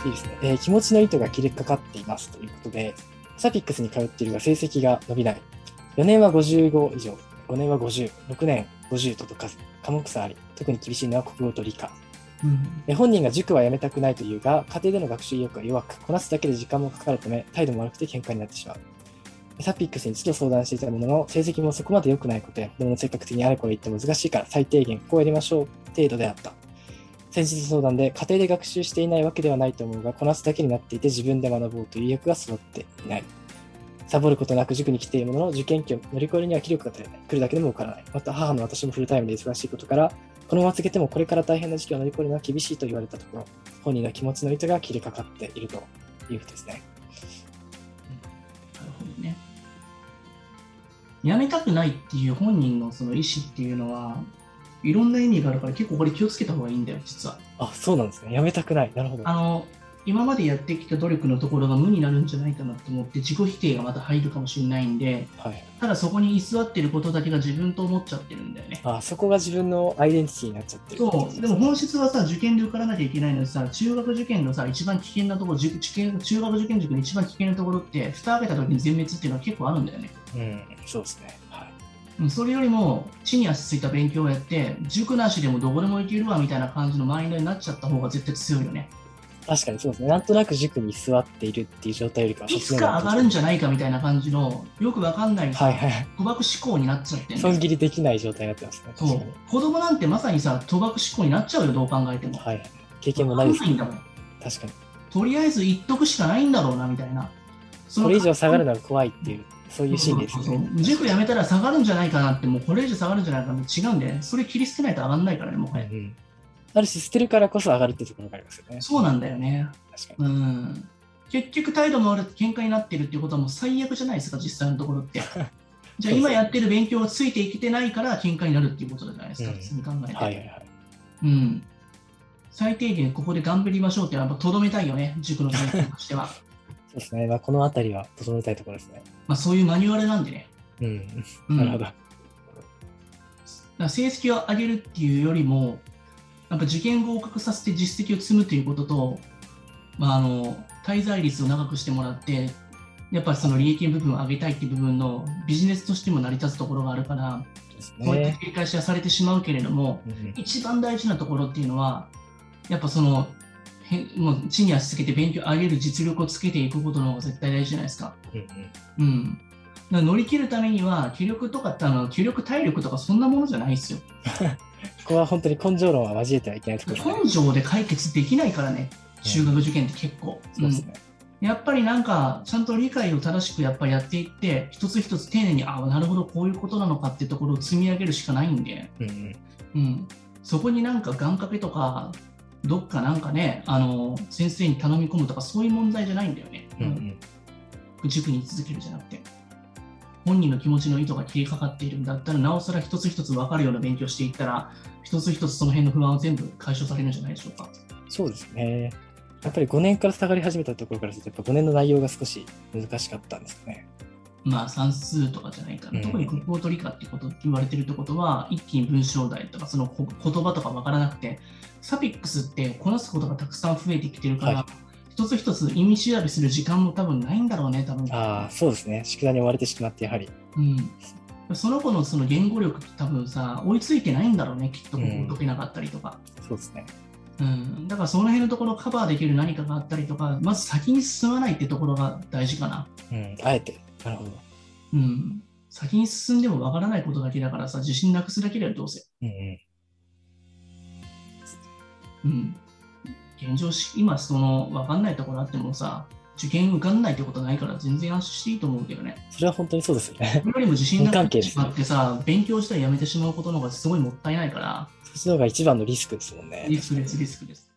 いいですね。気持ちの糸が切れかかっていますということで、サピックスに通っているが成績が伸びない。4年は55以上、5年は50、6年50と解かず、科目差あり、特に厳しいのは国語と理科。本人が塾は辞めたくないというが、家庭での学習意欲が弱く、こなすだけで時間もかかるため、態度も悪くて喧嘩になってしまう。サピックスに一度相談していたものの、成績もそこまで良くないことや、子供の性格的にあれこれ言って難しいから最低限ここをやりましょう程度であった。先日相談で、家庭で学習していないわけではないと思うが、こなすだけになっていて自分で学ぼうという意欲が育っていない。サボることなく塾に来ているものの、受験期を乗り越えるには気力が足りない。来るだけでも受からない。また母の私もフルタイムで忙しいことから、このまま続けてもこれから大変な時期を乗り越えるのは厳しいと言われたところ、本人の気持ちの糸が切れかかっているということですね。 なるほどね。やめたくないっていう本人のその意思っていうのは、いろんな意味があるから結構これ気をつけた方がいいんだよ、実は。 そうなんですね。やめたくない。なるほど。 今までやってきた努力のところが無になるんじゃないかなと思って自己否定がまた入るかもしれないんで、ただそこに居座ってることだけが自分と思っちゃってるんだよね。 そこが自分のアイデンティティになっちゃってる。 そう。でも本質はさ、受験で受からなきゃいけないのにさ、中学受験のさ、一番危険なところ、中学受験塾の一番危険なところって、蓋開けた時に全滅っていうのは結構あるんだよね。 そうですね。 それよりも地に足ついた勉強をやって塾なしでもどこでも行けるわみたいな感じのマインドになっちゃった方が絶対強いよね。 確かにそうですね。なんとなく塾に座っているっていう状態よりかは、 いつか上がるんじゃないかみたいな感じのよくわかんない賭博思考になっちゃってる。 損切りできない状態になってますね。 そう。子供なんてまさにさ、賭博思考になっちゃうよ、どう考えても。 経験もないですね。確かに。とりあえず言っとくしかないんだろうなみたいな。 これ以上下がるのが怖いっていう。そういう心理ですね。 塾やめたら下がるんじゃないかなって、もうこれ以上下がるんじゃないかなって違うんで、それ切り捨てないと上がらないからね、もう。 ある種捨てるからこそ上がるっていうところがありますよね。 そうなんだよね。 確かに。 結局態度も悪く喧嘩になってるっていうことはもう最悪じゃないですか、実際のところって。じゃあ今やってる勉強がついていけてないから喧嘩になるっていうことじゃないですか、普通に考えて。最低限ここで頑張りましょうってやっぱとどめたいよね、塾の勉強としては。 そうですね。このあたりは整えたいところですね。 そういうマニュアルなんでね。 なるほど。 成績を上げるっていうよりも、やっぱ受験合格させて実績を積むということと、滞在率を長くしてもらって、やっぱりその利益の部分を上げたいっていう部分のビジネスとしても成り立つところがあるから、こうやって繰り返しはされてしまうけれども、一番大事なところっていうのは、やっぱその、もう地に足つけて勉強上げる実力をつけていくことの方が絶対大事じゃないですか。乗り切るためには気力とか気力体力とかそんなものじゃないですよ。 ここは本当に根性論は交えてはいけないところですね。 根性で解決できないからね、中学受験って結構。やっぱりなんかちゃんと理解を正しくやっぱりやっていって、一つ一つ丁寧になるほどこういうことなのかっていうところを積み上げるしかないんで、そこになんか願掛けとかどっかなんかね、先生に頼み込むとかそういう問題じゃないんだよね。塾に続けるじゃなくて。本人の気持ちの糸が切りかかっているんだったら、なおさら一つ一つ分かるような勉強していったら、一つ一つその辺の不安は全部解消されるんじゃないでしょうか。 そうですね。やっぱり5年から下がり始めたところからすると、やっぱ5年の内容が少し難しかったんですね。 算数とかじゃないかな。特に国語と理科ってこと言われてるってことは、一気に文章題とかその言葉とか分からなくて、サピックスってこなすことがたくさん増えてきてるから、一つ一つ意味調べする時間も多分ないんだろうね、多分。 そうですね。宿題に追われてしまって、やはり。 その子のその言語力って多分さ、追いついてないんだろうね、きっと解けなかったりとか。 そうですね。 だからその辺のところをカバーできる何かがあったりとか、まず先に進まないってところが大事かな。 あえて。なるほど。 先に進んでもわからないことだけだからさ、自信なくすだけだよ、どうせ。現状、今その分かんないところあってもさ、受験受かんないってことないから全然安心していいと思うけどね。 それは本当にそうですよね。 それよりも自信なくなってしまってさ、勉強自体やめてしまうことの方がすごいもったいないから。 そっちの方が一番のリスクですもんね。 リスクです。